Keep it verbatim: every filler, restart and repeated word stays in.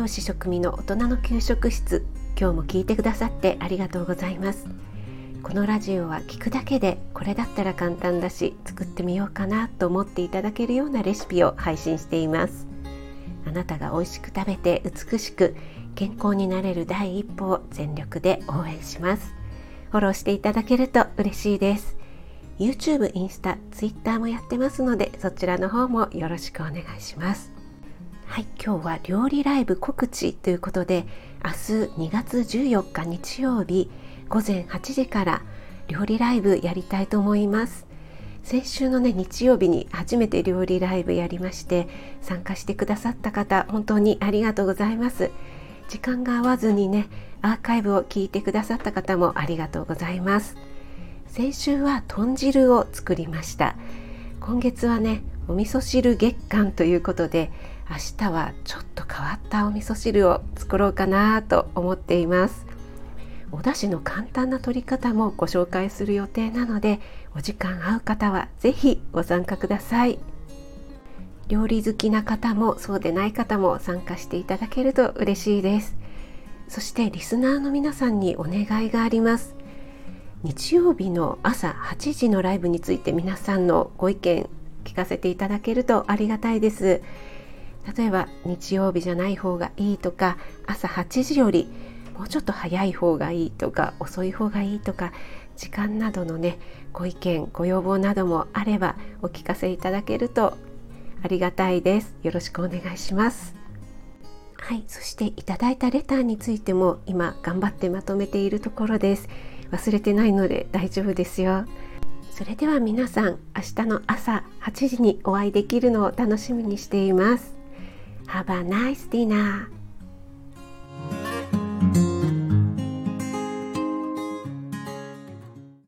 師食味の大人の給食室、今日も聞いてくださってありがとうございます。このラジオは聞くだけでこれだったら簡単だし作ってみようかなと思っていただけるようなレシピを配信しています。あなたが美味しく食べて美しく健康になれる第一歩を全力で応援します。フォローしていただけると嬉しいです。 YouTube、インスタ、Twitter もやってますので、そちらの方もよろしくお願いします。はい、今日は料理ライブ告知ということで、明日にがつじゅうよっか日曜日ごぜんはちじから料理ライブやりたいと思います。先週のね日曜日に初めて料理ライブやりまして、参加してくださった方本当にありがとうございます。時間が合わずにねアーカイブを聞いてくださった方もありがとうございます。先週は豚汁を作りました。今月はねお味噌汁月間ということで、明日はちょっと変わったお味噌汁を作ろうかなと思っています。お出汁の簡単な取り方もご紹介する予定なので、お時間合う方はぜひご参加ください。料理好きな方もそうでない方も参加していただけると嬉しいです。そしてリスナーの皆さんにお願いがあります。日曜日の朝はちじのライブについて皆さんのご意見聞かせていただけるとありがたいです。例えば日曜日じゃない方がいいとか、朝はちじよりもうちょっと早い方がいいとか、遅い方がいいとか、時間などのねご意見ご要望などもあればお聞かせいただけるとありがたいです。よろしくお願いします。はい、そしていただいたレターについても今頑張ってまとめているところです。忘れてないので大丈夫ですよ。それでは皆さん、明日の朝はちじにお会いできるのを楽しみにしています。Have a nice dinner.